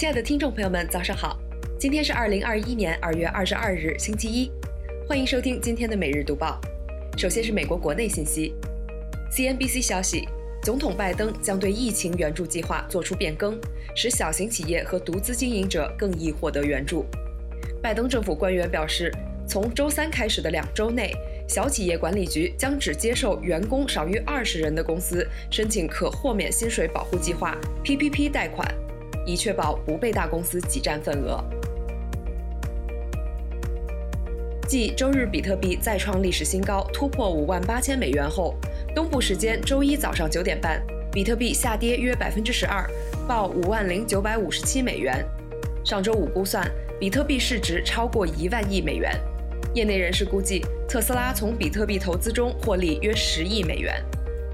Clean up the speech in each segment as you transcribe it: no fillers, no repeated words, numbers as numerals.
亲爱的听众朋友们，早上好！今天是2021年2月22日，星期一，欢迎收听今天的每日读报。首先是美国国内信息 ，CNBC 消息，总统拜登将对疫情援助计划做出变更，使小型企业和独资经营者更易获得援助。拜登政府官员表示，从周三开始的2周内，小企业管理局将只接受员工少于20人的公司申请可豁免薪水保护计划 PPP 贷款，以确保不被大公司挤占份额。继周日比特币再创历史新高，突破58000美元后，东部时间周一早上9点半，比特币下跌约12%，报50957美元。上周五估算，比特币市值超过1万亿美元。业内人士估计，特斯拉从比特币投资中获利约10亿美元。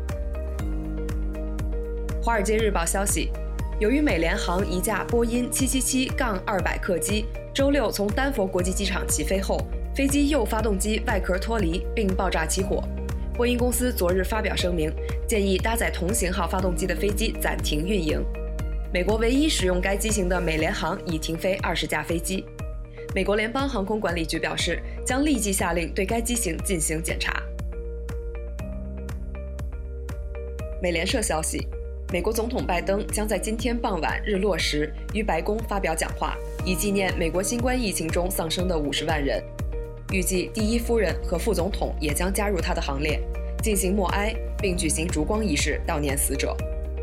华尔街日报消息，由于美联航一架波音777-200客机周六从丹佛国际机场起飞后，飞机右发动机外壳脱离并爆炸起火。波音公司昨日发表声明，建议搭载同型号发动机的飞机暂停运营。美国唯一使用该机型的美联航已停飞20架飞机。美国联邦航空管理局表示，将立即下令对该机型进行检查。美联社消息，美国总统拜登将在今天傍晚日落时于白宫发表讲话，以纪念美国新冠疫情中丧生的50万人。预计第一夫人和副总统也将加入他的行列，进行默哀，并举行烛光仪式悼念死者。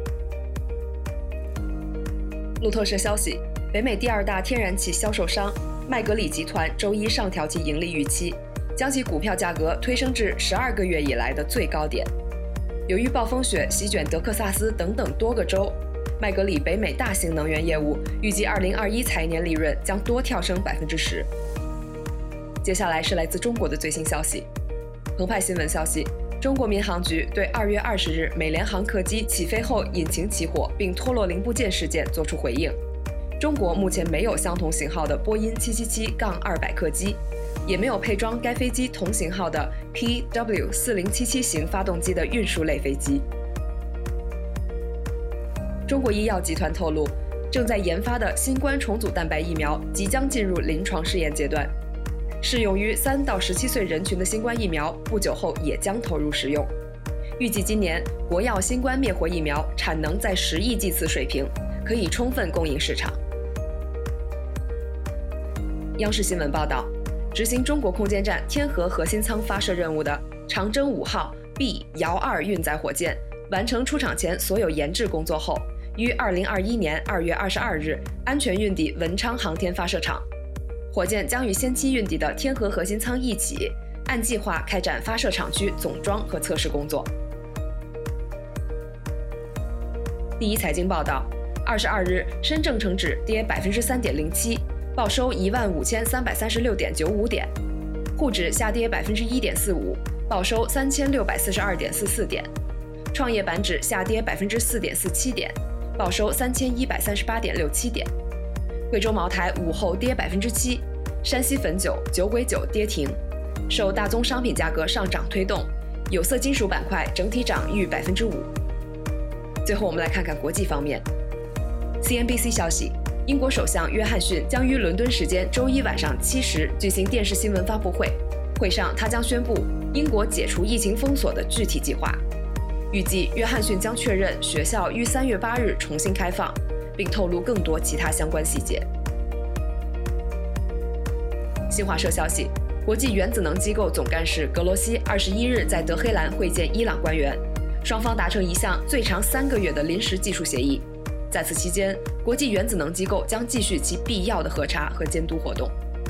路透社消息，北美第2大天然气销售商麦格里集团周一上调其盈利预期，将其股票价格推升至12个月以来的最高点。由于暴风雪席卷德克萨斯等等多个州，麦格里北美大型能源业务预计2021财年利润将多跳升10%。接下来是来自中国的最新消息。澎湃新闻消息，中国民航局对2月20日美联航客机起飞后引擎起火并脱落零部件事件作出回应。中国目前没有相同型号的波音777-200客机，也没有配装该飞机同型号的 PW4077 型发动机的运输类飞机。中国医药集团透露，正在研发的新冠重组蛋白疫苗即将进入临床试验阶段，适用于3到17岁人群的新冠疫苗不久后也将投入使用。预计今年国药新冠灭活疫苗产能在10亿剂次水平，可以充分供应市场。央视新闻报道，执行中国空间站天河核心舱发射任务的长征5号 B 遥2运载火箭完成出厂前所有研制工作后，于2021年2月22日安全运抵文昌航天发射场。火箭将与先期运抵的天河核心舱一起，按计划开展发射场区总装和测试工作。第一财经报道，22日深证成指跌3.07%，报收15336.95点；沪指下跌1.45%，报收3642.44点；创业板指下跌4.47%点，报收3138.67点；贵州茅台午后跌7%，山西汾酒、酒鬼酒跌停。受大宗商品价格上涨推动，有色金属板块整体涨逾5%。最后我们来看看国际方面。CNBC 消息，英国首相约翰逊将于伦敦时间周一晚上7时举行电视新闻发布会，会上他将宣布英国解除疫情封锁的具体计划。预计约翰逊将确认学校于3月8日重新开放，并透露更多其他相关细节。新华社消息，国际原子能机构总干事格罗西21日在德黑兰会见伊朗官员，双方达成一项最长3个月的临时技术协议。在此期间，国际原子能机构将继续其必要的核查和监督活动。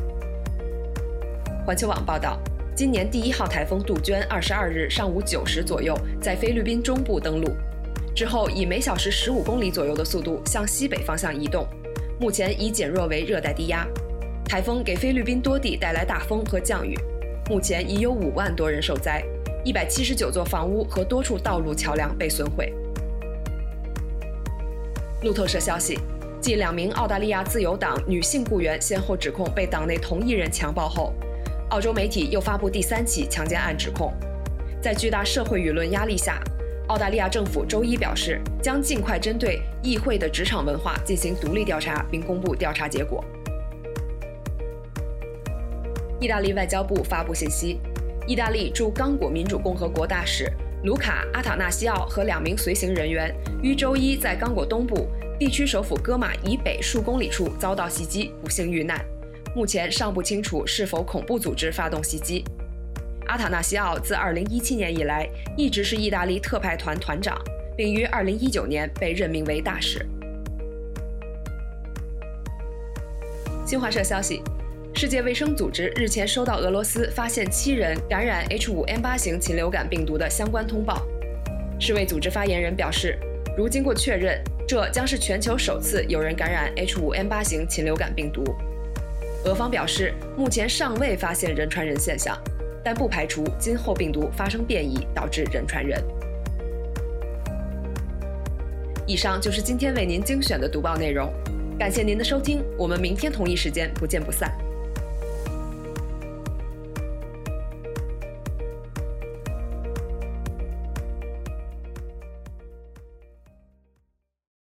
环球网报道，今年第1号台风杜鹃22日上午9时左右在菲律宾中部登陆，之后以每小时15公里左右的速度向西北方向移动，目前已减弱为热带低压。台风给菲律宾多地带来大风和降雨，目前已有5万多人受灾，179座房屋和多处道路桥梁被损毁。路透社消息，继2名澳大利亚自由党女性雇员先后指控被党内同一人强暴后，澳洲媒体又发布第3起强奸案指控。在巨大社会舆论压力下， 澳大利亚政府周一表示，将尽快针对议会的职场文化进行独立调查，并公布调查结果。意大利外交部发布信息，意大利驻刚果民主共和国大使卢卡·阿塔纳西奥和2名随行人员于周一在刚果东部地区首府戈马以北数公里处遭到袭击，不幸遇难。目前尚不清楚是否恐怖组织发动袭击。阿塔纳西奥自2017年以来一直是意大利特派团团长，并于2019年被任命为大使。新华社消息，世界卫生组织日前收到俄罗斯发现7人感染 H5N8 型禽流感病毒的相关通报。世卫组织发言人表示，如经过确认，这将是全球首次有人感染 H5N8 型禽流感病毒。俄方表示，目前尚未发现人传人现象，但不排除今后病毒发生变异导致人传人。以上就是今天为您精选的读报内容，感谢您的收听，我们明天同一时间不见不散。